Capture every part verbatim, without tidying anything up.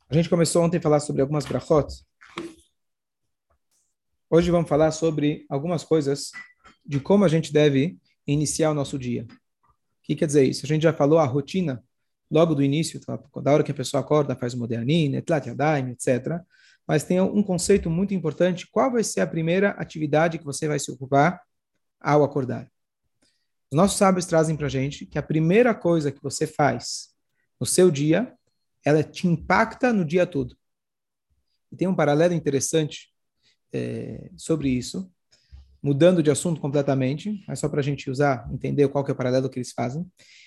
A gente começou ontem a falar sobre algumas brachot. Hoje vamos falar sobre algumas coisas de como a gente deve iniciar o nosso dia. O que quer dizer isso? A gente já falou a rotina logo do início, tá? Da hora que a pessoa acorda, faz o moderninho, etlat yadayim, etcétera. Mas tem um conceito muito importante. Qual vai ser a primeira atividade que você vai se ocupar ao acordar? Os nossos sábios trazem para a gente que a primeira coisa que você faz no seu dia, ela te impacta no dia todo. E tem um paralelo interessante é, sobre isso, mudando de assunto completamente, mas só para a gente usar, entender qual que é o paralelo que eles fazem.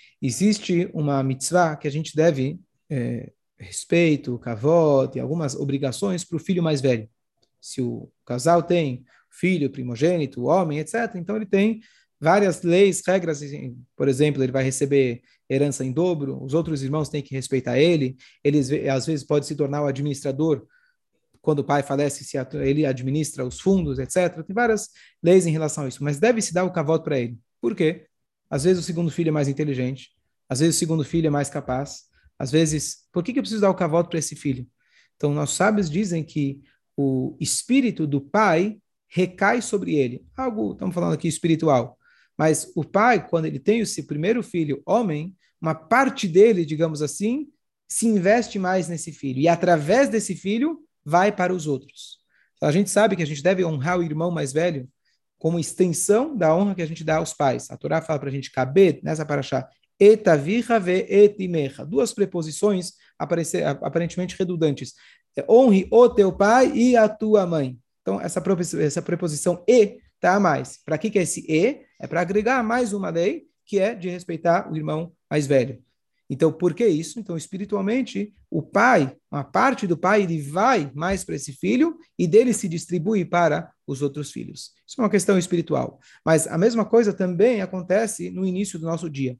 Existe uma mitzvah que a gente deve é, respeito, kavod e algumas obrigações para o filho mais velho. Se o casal tem filho primogênito, homem, etcétera, então ele tem várias leis, regras, por exemplo, ele vai receber herança em dobro, os outros irmãos têm que respeitar ele, eles às vezes pode se tornar o administrador quando o pai falece, se ele administra os fundos, etcétera. Tem várias leis em relação a isso, mas deve-se dar o cavalo para ele. Por quê? Às vezes o segundo filho é mais inteligente, às vezes o segundo filho é mais capaz, às vezes, por que, que eu preciso dar o cavalo para esse filho? Então, nossos sábios dizem que o espírito do pai recai sobre ele. Algo, estamos falando aqui espiritual. Mas o pai, quando ele tem o seu primeiro filho, homem, uma parte dele, digamos assim, se investe mais nesse filho. E através desse filho, vai para os outros. Então, a gente sabe que a gente deve honrar o irmão mais velho como extensão da honra que a gente dá aos pais. A Torá fala para a gente caber nessa paraxá, etavicha ve etimecha, duas preposições aparentemente redundantes. Honre o teu pai e a tua mãe. Então, essa, essa preposição e está a mais. Para que, que é esse e? É para agregar mais uma lei, que é de respeitar o irmão mais velho. Então, por que isso? Então, espiritualmente, o pai, uma parte do pai, ele vai mais para esse filho e dele se distribui para os outros filhos. Isso é uma questão espiritual. Mas a mesma coisa também acontece no início do nosso dia.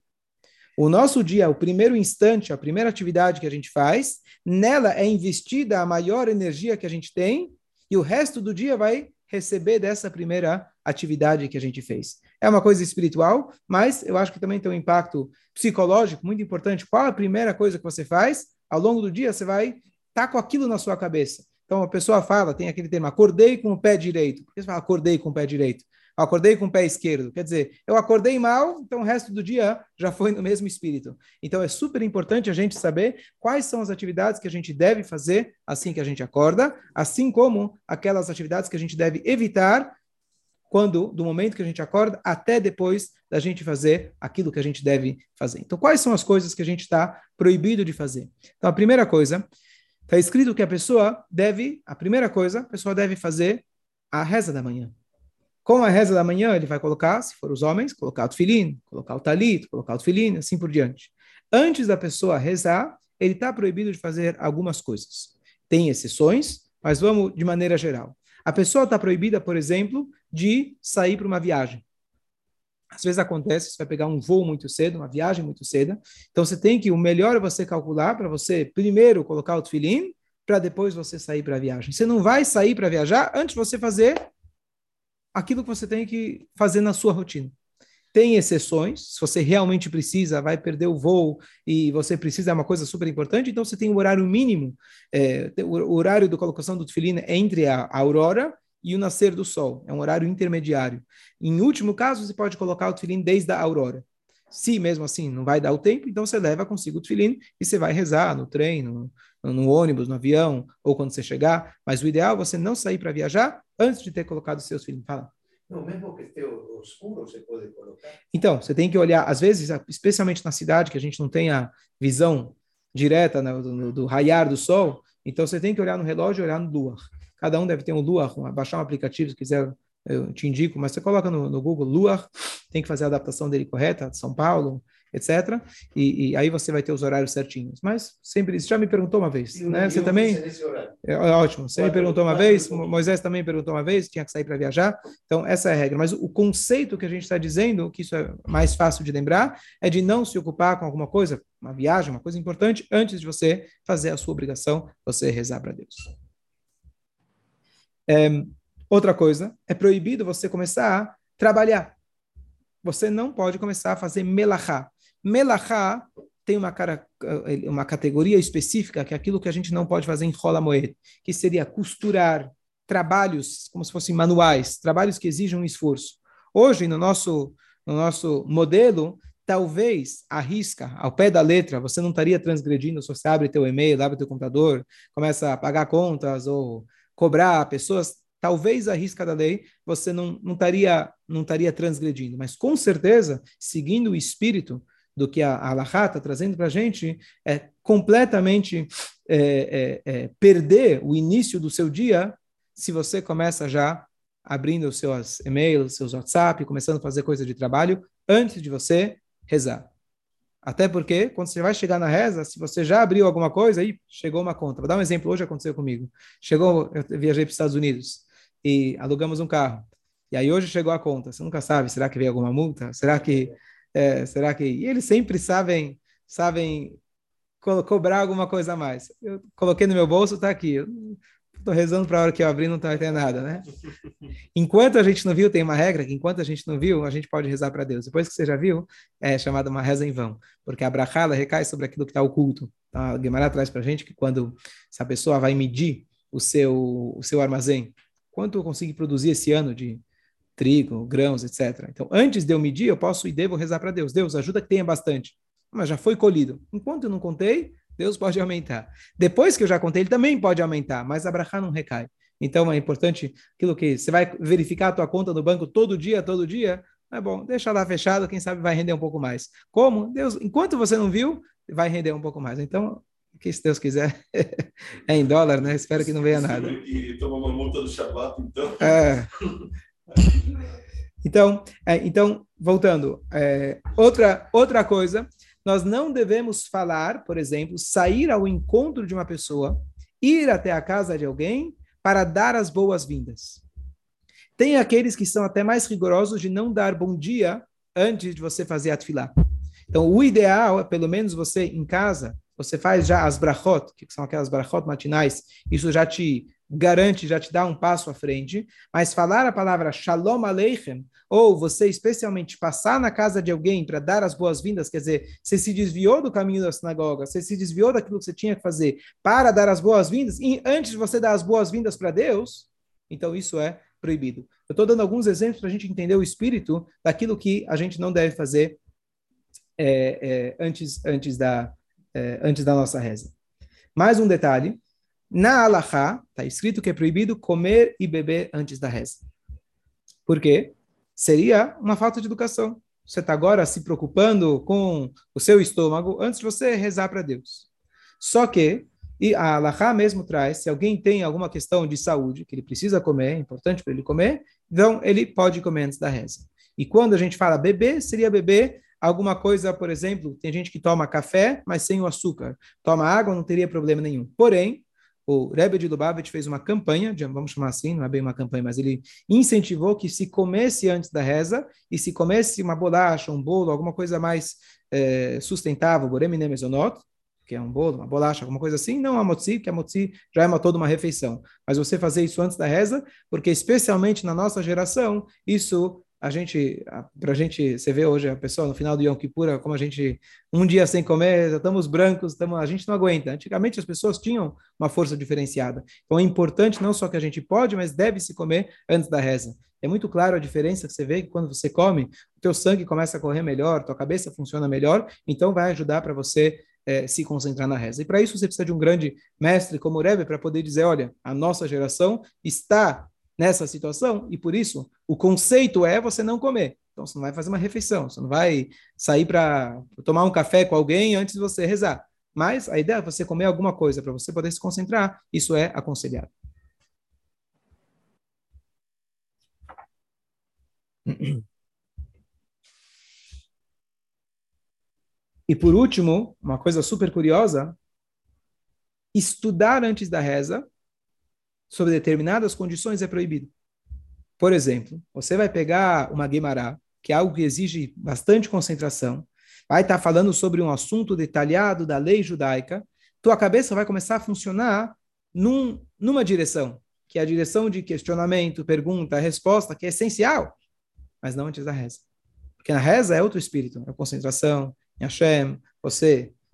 O nosso dia, o primeiro instante, a primeira atividade que a gente faz, nela é investida a maior energia que a gente tem e o resto do dia vai receber dessa primeira atividade que a gente fez. É uma coisa espiritual, mas eu acho que também tem um impacto psicológico muito importante. Qual a primeira coisa que você faz? Ao longo do dia, você vai estar tá com aquilo na sua cabeça. Então, a pessoa fala, tem aquele termo, acordei com o pé direito. Por que você fala acordei com o pé direito? Acordei com o pé esquerdo. Quer dizer, eu acordei mal, então o resto do dia já foi no mesmo espírito. Então, é super importante a gente saber quais são as atividades que a gente deve fazer assim que a gente acorda, assim como aquelas atividades que a gente deve evitar quando, do momento que a gente acorda até depois da gente fazer aquilo que a gente deve fazer. Então, quais são as coisas que a gente está proibido de fazer? Então, a primeira coisa, está escrito que a pessoa deve, a primeira coisa, a pessoa deve fazer a reza da manhã. Com a reza da manhã, ele vai colocar, se for os homens, colocar o tefilim, colocar o talit, colocar o tefilim, assim por diante. Antes da pessoa rezar, ele está proibido de fazer algumas coisas. Tem exceções, mas vamos de maneira geral. A pessoa está proibida, por exemplo, de sair para uma viagem. Às vezes acontece, você vai pegar um voo muito cedo, uma viagem muito cedo, então você tem que, o melhor é você calcular para você primeiro colocar o tefilim, para depois você sair para a viagem. Você não vai sair para viajar antes de você fazer aquilo que você tem que fazer na sua rotina. Tem exceções, se você realmente precisa, vai perder o voo e você precisa, é uma coisa super importante, então você tem um horário mínimo, é, o horário da colocação do tefilim é entre a, a aurora e o nascer do sol, é um horário intermediário. Em último caso, você pode colocar o tefilim desde a aurora. Se mesmo assim não vai dar o tempo, então você leva consigo o tefilim e você vai rezar no trem, no, no ônibus, no avião, ou quando você chegar. Mas o ideal é você não sair para viajar antes de ter colocado os seus tefilim. Fala. Não, mesmo que esteja escuro, você pode colocar. Então, você tem que olhar, às vezes, especialmente na cidade, que a gente não tem a visão direta né, do, do raiar do sol, então você tem que olhar no relógio e olhar no Luar. Cada um deve ter um Luar, baixar um aplicativo, se quiser, eu te indico, mas você coloca no, no Google Luar, tem que fazer a adaptação dele correta, de São Paulo, etcétera. E, e aí você vai ter os horários certinhos. Mas sempre, você já me perguntou uma vez, E né? Você também? É, é ótimo. Você me perguntou uma vez, Moisés também perguntou uma vez, tinha que sair para viajar. Então, essa é a regra. Mas o conceito que a gente está dizendo, que isso é mais fácil de lembrar, é de não se ocupar com alguma coisa, uma viagem, uma coisa importante, antes de você fazer a sua obrigação, você rezar para Deus. É, outra coisa, é proibido você começar a trabalhar. Você não pode começar a fazer melachá. Melachá tem uma, cara, uma categoria específica, que é aquilo que a gente não pode fazer em Rola Moed, que seria costurar trabalhos, como se fossem manuais, trabalhos que exigem um esforço. Hoje, no nosso, no nosso modelo, talvez a risca, ao pé da letra, você não estaria transgredindo se você abre teu e-mail, abre teu computador, começa a pagar contas ou cobrar pessoas, talvez a risca da lei você não, não, estaria, não estaria transgredindo. Mas, com certeza, seguindo o espírito do que a Halakha está trazendo para a gente, é completamente é, é, é, perder o início do seu dia se você começa já abrindo os seus e-mails, seus WhatsApp, começando a fazer coisa de trabalho antes de você rezar. Até porque, quando você vai chegar na reza, se você já abriu alguma coisa, aí chegou uma conta. Vou dar um exemplo, hoje aconteceu comigo. Chegou, eu viajei para os Estados Unidos e alugamos um carro. E aí hoje chegou a conta. Você nunca sabe, será que veio alguma multa? Será que... É, será que... E eles sempre sabem, sabem co cobrar alguma coisa a mais. Eu coloquei no meu bolso, está aqui. Estou rezando para a hora que eu abrir, não vai ter nada, né? Enquanto a gente não viu, tem uma regra que enquanto a gente não viu, a gente pode rezar para Deus. Depois que você já viu, é chamada uma reza em vão, porque a brachá recai sobre aquilo que está oculto. Então, a Guimarães traz para a gente que quando essa pessoa vai medir o seu, o seu armazém, quanto eu consigo produzir esse ano de trigo, grãos, etcétera. Então, antes de eu medir, eu posso e devo rezar para Deus. Deus, ajuda que tenha bastante. Mas já foi colhido. Enquanto eu não contei, Deus pode aumentar. Depois que eu já contei, ele também pode aumentar, mas a brachá não recai. Então, é importante aquilo que você vai verificar a tua conta no banco todo dia, todo dia. É bom, deixa lá fechado, quem sabe vai render um pouco mais. Como? Deus, enquanto você não viu, vai render um pouco mais. Então, que se Deus quiser, é em dólar, né? Espero que não venha nada. E toma uma multa do Shabbat, então. É. Então, é, então voltando, é, outra, outra coisa, nós não devemos falar, por exemplo, sair ao encontro de uma pessoa, ir até a casa de alguém para dar as boas-vindas. Tem aqueles que são até mais rigorosos de não dar bom dia antes de você fazer a tefilá. Então, o ideal é, pelo menos você em casa, você faz já as brachot, que são aquelas brachot matinais, isso já te garante, já te dá um passo à frente, mas falar a palavra Shalom Aleichem, ou você especialmente passar na casa de alguém para dar as boas-vindas, quer dizer, você se desviou do caminho da sinagoga, você se desviou daquilo que você tinha que fazer para dar as boas-vindas, e antes de você dar as boas-vindas para Deus, então isso é proibido. Eu estou dando alguns exemplos para a gente entender o espírito daquilo que a gente não deve fazer é, é, antes, antes, da, é, antes da nossa reza. Mais um detalhe, na Halakha está escrito que é proibido comer e beber antes da reza. Por quê? Seria uma falta de educação. Você está agora se preocupando com o seu estômago antes de você rezar para Deus. Só que, e a Halakha mesmo traz, se alguém tem alguma questão de saúde, que ele precisa comer, é importante para ele comer, então ele pode comer antes da reza. E quando a gente fala beber, seria beber alguma coisa, por exemplo, tem gente que toma café, mas sem o açúcar. Toma água, não teria problema nenhum. Porém, o Rebbe de Lubavitch fez uma campanha, vamos chamar assim, não é bem uma campanha, mas ele incentivou que se comesse antes da reza e se comesse uma bolacha, um bolo, alguma coisa mais é, sustentável, boremine mezonot, que é um bolo, uma bolacha, alguma coisa assim, não a motzi, que a motzi já é uma, toda uma refeição. Mas você fazer isso antes da reza, porque especialmente na nossa geração, isso... A gente, pra gente, você vê hoje a pessoa no final do Yom Kippur, como a gente, um dia sem comer, já estamos brancos, estamos, a gente não aguenta. Antigamente as pessoas tinham uma força diferenciada. Então é importante não só que a gente pode, mas deve se comer antes da reza. É muito claro a diferença que você vê que quando você come, o teu sangue começa a correr melhor, tua cabeça funciona melhor, então vai ajudar para você é, se concentrar na reza. E para isso você precisa de um grande mestre como o Rebbe para poder dizer, olha, a nossa geração está nessa situação, e por isso o conceito é você não comer. Então você não vai fazer uma refeição, você não vai sair para tomar um café com alguém antes de você rezar. Mas a ideia é você comer alguma coisa para você poder se concentrar, isso é aconselhado. E por último, uma coisa super curiosa, estudar antes da reza sobre determinadas condições é proibido. Por exemplo, você vai pegar uma Guimará, que é algo que exige bastante concentração, vai estar falando sobre um assunto detalhado da lei judaica, tua cabeça vai começar a funcionar num, numa direção, que é a direção de questionamento, pergunta, resposta, que é essencial, mas não antes da reza. Porque na reza é outro espírito, é concentração, em Hashem, você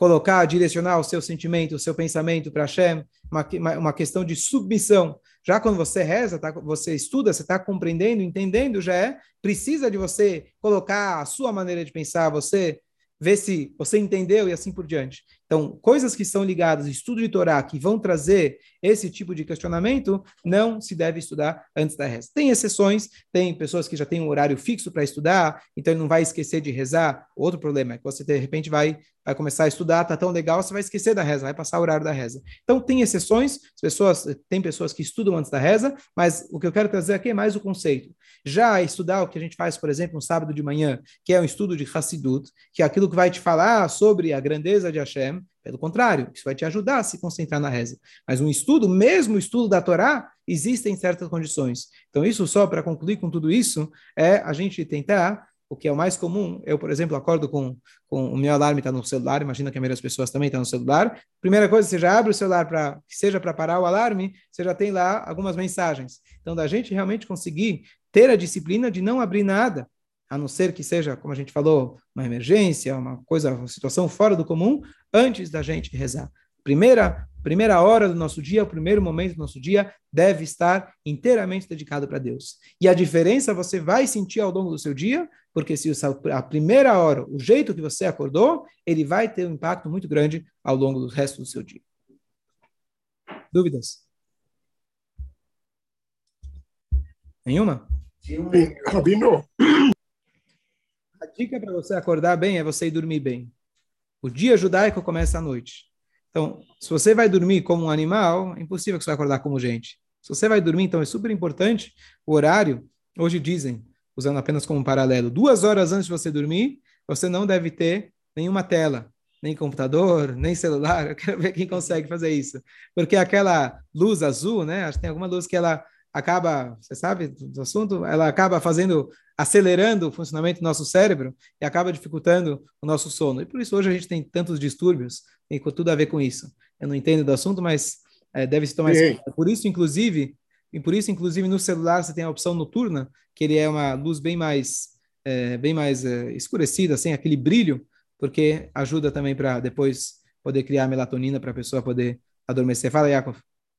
colocar, direcionar o seu sentimento, o seu pensamento para Hashem, uma, uma questão de submissão. Já quando você reza, tá, você estuda, você está compreendendo, entendendo, já é, precisa de você colocar a sua maneira de pensar, você ver se você entendeu e assim por diante. Então, coisas que são ligadas ao estudo de Torá, que vão trazer esse tipo de questionamento, não se deve estudar antes da reza. Tem exceções, tem pessoas que já têm um horário fixo para estudar, então ele não vai esquecer de rezar. Outro problema é que você, de repente, vai, vai começar a estudar, tá tão legal, você vai esquecer da reza, vai passar o horário da reza. Então, tem exceções, as pessoas, tem pessoas que estudam antes da reza, mas o que eu quero trazer aqui é mais o conceito. Já estudar o que a gente faz, por exemplo, no sábado de manhã, que é um estudo de Hassidut, que é aquilo que vai te falar sobre a grandeza de Hashem. Pelo contrário, isso vai te ajudar a se concentrar na reza. Mas um estudo, mesmo o estudo da Torá, existem certas condições. Então, isso só para concluir com tudo isso, é a gente tentar, o que é o mais comum, eu, por exemplo, acordo com, com o meu alarme está no celular, imagina que a maioria das pessoas também está no celular. Primeira coisa, você já abre o celular, para que seja para parar o alarme, você já tem lá algumas mensagens. Então, da gente realmente conseguir ter a disciplina de não abrir nada, a não ser que seja, como a gente falou, uma emergência, uma coisa, uma situação fora do comum, antes da gente rezar. Primeira, primeira hora do nosso dia, o primeiro momento do nosso dia, deve estar inteiramente dedicado para Deus. E a diferença você vai sentir ao longo do seu dia, porque se a primeira hora, o jeito que você acordou, ele vai ter um impacto muito grande ao longo do resto do seu dia. Dúvidas? Nenhuma? Rabino. A dica para você acordar bem é você ir dormir bem. O dia judaico começa à noite. Então, se você vai dormir como um animal, é impossível que você vai acordar como gente. Se você vai dormir, então é super importante o horário. Hoje dizem, usando apenas como um paralelo, duas horas antes de você dormir, você não deve ter nenhuma tela, nem computador, nem celular. Eu quero ver quem consegue fazer isso. Porque aquela luz azul, né? Acho que tem alguma luz que ela acaba, você sabe do assunto? Ela acaba fazendo, acelerando o funcionamento do nosso cérebro e acaba dificultando o nosso sono. E por isso hoje a gente tem tantos distúrbios, tem tudo a ver com isso. Eu não entendo do assunto, mas é, deve se tomar esse... Por isso, inclusive, e por isso, inclusive, no celular você tem a opção noturna, que ele é uma luz bem mais, é, bem mais é, escurecida, sem aquele brilho, porque ajuda também para depois poder criar melatonina para a pessoa poder adormecer. Fala, Yaakov.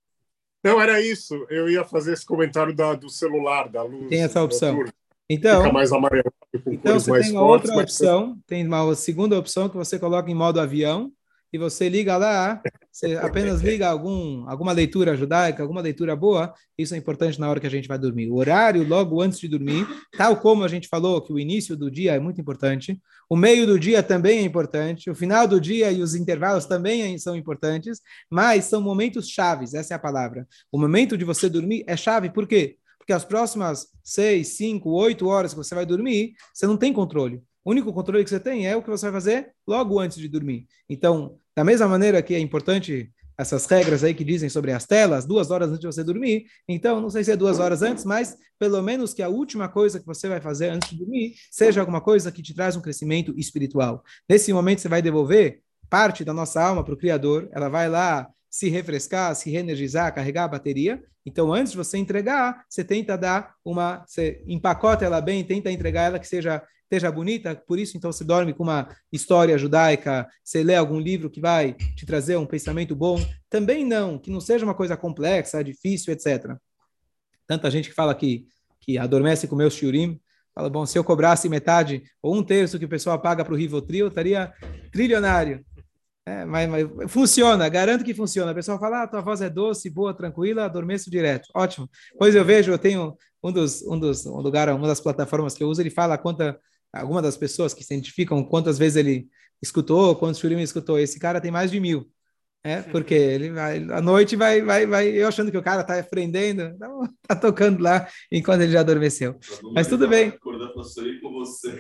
Não, era isso. Eu ia fazer esse comentário da, do celular, da luz. Tem essa opção. Noturna. Então, fica mais amarelado, com então cores você mais tem uma fortes, outra opção, tem uma segunda opção que você coloca em modo avião e você liga lá, você apenas liga algum, alguma leitura judaica, alguma leitura boa, isso é importante na hora que a gente vai dormir. O horário, logo antes de dormir, tal como a gente falou que o início do dia é muito importante, o meio do dia também é importante, o final do dia e os intervalos também são importantes, mas são momentos chaves, essa é a palavra. O momento de você dormir é chave, por quê? Porque as próximas seis, cinco, oito horas que você vai dormir, você não tem controle. O único controle que você tem é o que você vai fazer logo antes de dormir. Então, da mesma maneira que é importante essas regras aí que dizem sobre as telas, duas horas antes de você dormir, então, não sei se é duas horas antes, mas pelo menos que a última coisa que você vai fazer antes de dormir seja alguma coisa que te traz um crescimento espiritual. Nesse momento, você vai devolver parte da nossa alma para o Criador, ela vai lá se refrescar, se reenergizar, carregar a bateria. Então, antes de você entregar, você tenta dar uma... Você empacota ela bem, tenta entregar ela que seja, seja bonita. Por isso, então, você dorme com uma história judaica, você lê algum livro que vai te trazer um pensamento bom. Também não, que não seja uma coisa complexa, difícil, etcétera. Tanta gente que fala que, que adormece com meus shiurim. Fala, bom, se eu cobrasse metade ou um terço que o pessoal paga para o Rivotril, eu estaria trilionário. É, mas, mas funciona, garanto que funciona. A pessoa fala, ah, tua voz é doce, boa, tranquila, adormeço direto. Ótimo. Pois eu vejo, eu tenho um dos, um dos um lugar, uma das plataformas que eu uso, ele fala quanta, alguma das pessoas que se identificam quantas vezes ele escutou, quantos shurim ele escutou. Esse cara tem mais de mil. É, porque ele vai, à noite vai, vai, vai, eu achando que o cara tá aprendendo, então, tá tocando lá enquanto ele já adormeceu. Mas tudo bem. Acordar para sonhar com você.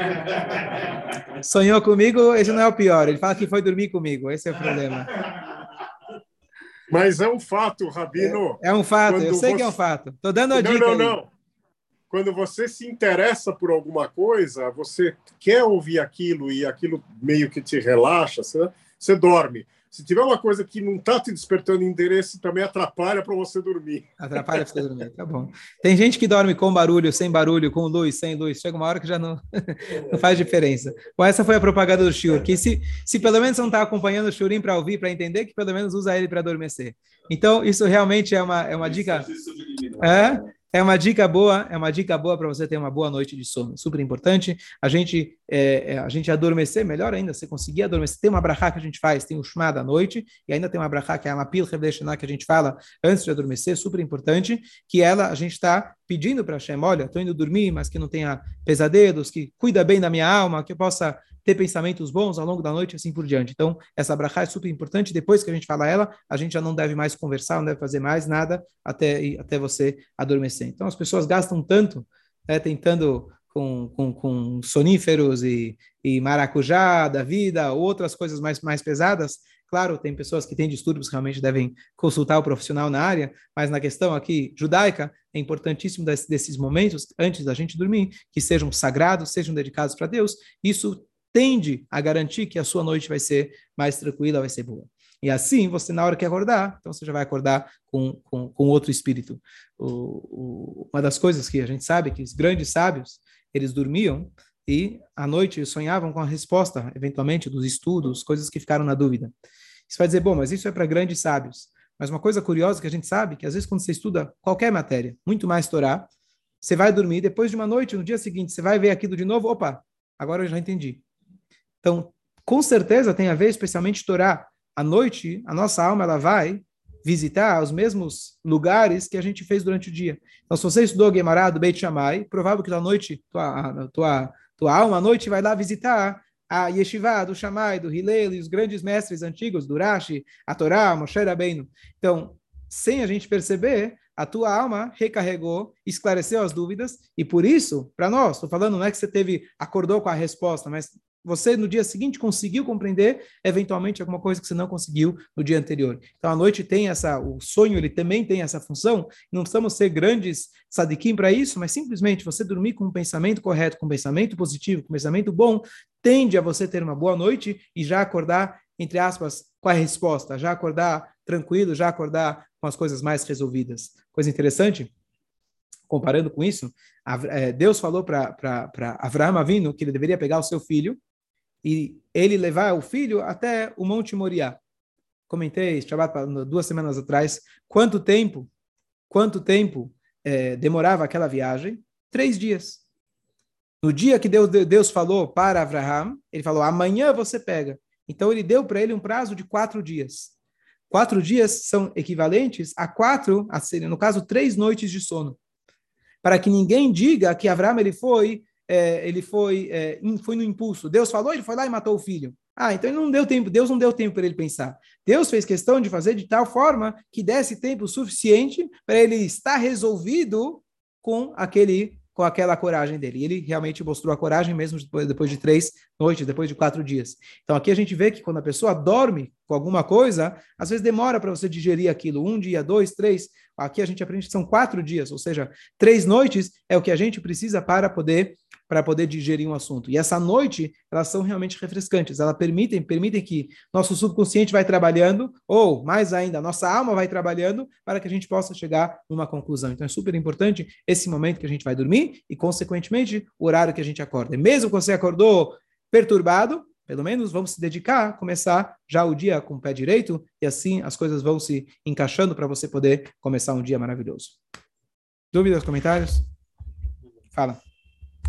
É. Sonhou comigo, esse não é o pior. Ele fala que foi dormir comigo, esse é o problema. Mas é um fato, Rabino. É, é um fato, eu sei você... que é um fato. Tô dando a não, dica. Não, aí. não, não. Quando você se interessa por alguma coisa, você quer ouvir aquilo e aquilo meio que te relaxa, sabe? você dorme. Se tiver uma coisa que não está te despertando endereço, também atrapalha para você dormir. Atrapalha para você dormir, tá bom. Tem gente que dorme com barulho, sem barulho, com luz, sem luz. Chega uma hora que já não, não faz diferença. Bom, essa foi a propaganda do Shur, que se, se pelo menos não está acompanhando o Shurim para ouvir, para entender, que pelo menos usa ele para adormecer. Então, isso realmente é uma, é uma dica... É? É uma dica boa, é uma dica boa para você ter uma boa noite de sono. Super importante. A gente, é, é, a gente adormecer, melhor ainda, você conseguir adormecer. Tem uma brachá que a gente faz, tem o Shema da noite, e ainda tem uma brachá que é a Mapil Revdeshana, que a gente fala antes de adormecer, super importante, que ela, a gente está pedindo para Hashem, olha, estou indo dormir, mas que não tenha pesadelos, que cuida bem da minha alma, que eu possa ter pensamentos bons ao longo da noite e assim por diante. Então, essa brachá é super importante. Depois que a gente fala ela, a gente já não deve mais conversar, não deve fazer mais nada até, até você adormecer. Então, as pessoas gastam tanto, né, tentando com, com, com soníferos e, e maracujá da vida, outras coisas mais, mais pesadas. Claro, tem pessoas que têm distúrbios que realmente devem consultar o profissional na área, mas na questão aqui judaica, é importantíssimo des, desses momentos, antes da gente dormir, que sejam sagrados, sejam dedicados para Deus. Isso tende a garantir que a sua noite vai ser mais tranquila, vai ser boa. E assim, você na hora que acordar, então você já vai acordar com, com, com outro espírito. O, o, uma das coisas que a gente sabe, que os grandes sábios, eles dormiam e à noite sonhavam com a resposta, eventualmente, dos estudos, coisas que ficaram na dúvida. Você vai dizer, bom, mas isso é para grandes sábios. Mas uma coisa curiosa que a gente sabe, que às vezes quando você estuda qualquer matéria, muito mais Torá, você vai dormir, depois de uma noite, no dia seguinte, você vai ver aquilo de novo, opa, agora eu já entendi. Então, com certeza tem a ver, especialmente Torá. À noite, a nossa alma ela vai visitar os mesmos lugares que a gente fez durante o dia. Então, se você estudou Guemará do Beit Shammai, provável que à noite, tua, tua, tua alma à noite vai lá visitar a Yeshiva do Shammai, do Hillel e os grandes mestres antigos, do Rashi, a Torá, Moshe Rabbeinu. Então, sem a gente perceber, a tua alma recarregou, esclareceu as dúvidas, e por isso, para nós, estou falando, não é que você teve, acordou com a resposta, mas você no dia seguinte conseguiu compreender eventualmente alguma coisa que você não conseguiu no dia anterior. Então a noite tem essa, o sonho ele também tem essa função, não precisamos ser grandes sadiquim para isso, mas simplesmente você dormir com um pensamento correto, com um pensamento positivo, com um pensamento bom, tende a você ter uma boa noite e já acordar, entre aspas, com a resposta, já acordar tranquilo, já acordar com as coisas mais resolvidas. Coisa interessante, comparando com isso, Deus falou para Avraham Avinu que ele deveria pegar o seu filho e ele levar o filho até o Monte Moriá. Comentei Shabbat, duas semanas atrás, quanto tempo, quanto tempo é, demorava aquela viagem? Três dias. No dia que Deus, Deus falou para Avraham, ele falou, amanhã você pega. Então ele deu para ele um prazo de quatro dias. Quatro dias são equivalentes a quatro, a ser, no caso, três noites de sono. Para que ninguém diga que Avraham ele foi, é, ele foi, é, foi no impulso. Deus falou, ele foi lá e matou o filho. Ah, então ele não deu tempo, Deus não deu tempo para ele pensar. Deus fez questão de fazer de tal forma que desse tempo suficiente para ele estar resolvido com aquele, com aquela coragem dele. E ele realmente mostrou a coragem mesmo depois, depois de três noites, depois de quatro dias. Então aqui a gente vê que quando a pessoa dorme com alguma coisa, às vezes demora para você digerir aquilo. Um dia, dois, três. Aqui a gente aprende que são quatro dias, ou seja, três noites é o que a gente precisa para poder para poder digerir um assunto. E essa noite, elas são realmente refrescantes. Elas permitem, permitem que nosso subconsciente vai trabalhando, ou, mais ainda, nossa alma vai trabalhando para que a gente possa chegar numa conclusão. Então, é super importante esse momento que a gente vai dormir e, consequentemente, o horário que a gente acorda. E mesmo que você acordou perturbado, pelo menos vamos se dedicar a começar já o dia com o pé direito e assim as coisas vão se encaixando para você poder começar um dia maravilhoso. Dúvidas, comentários? Fala.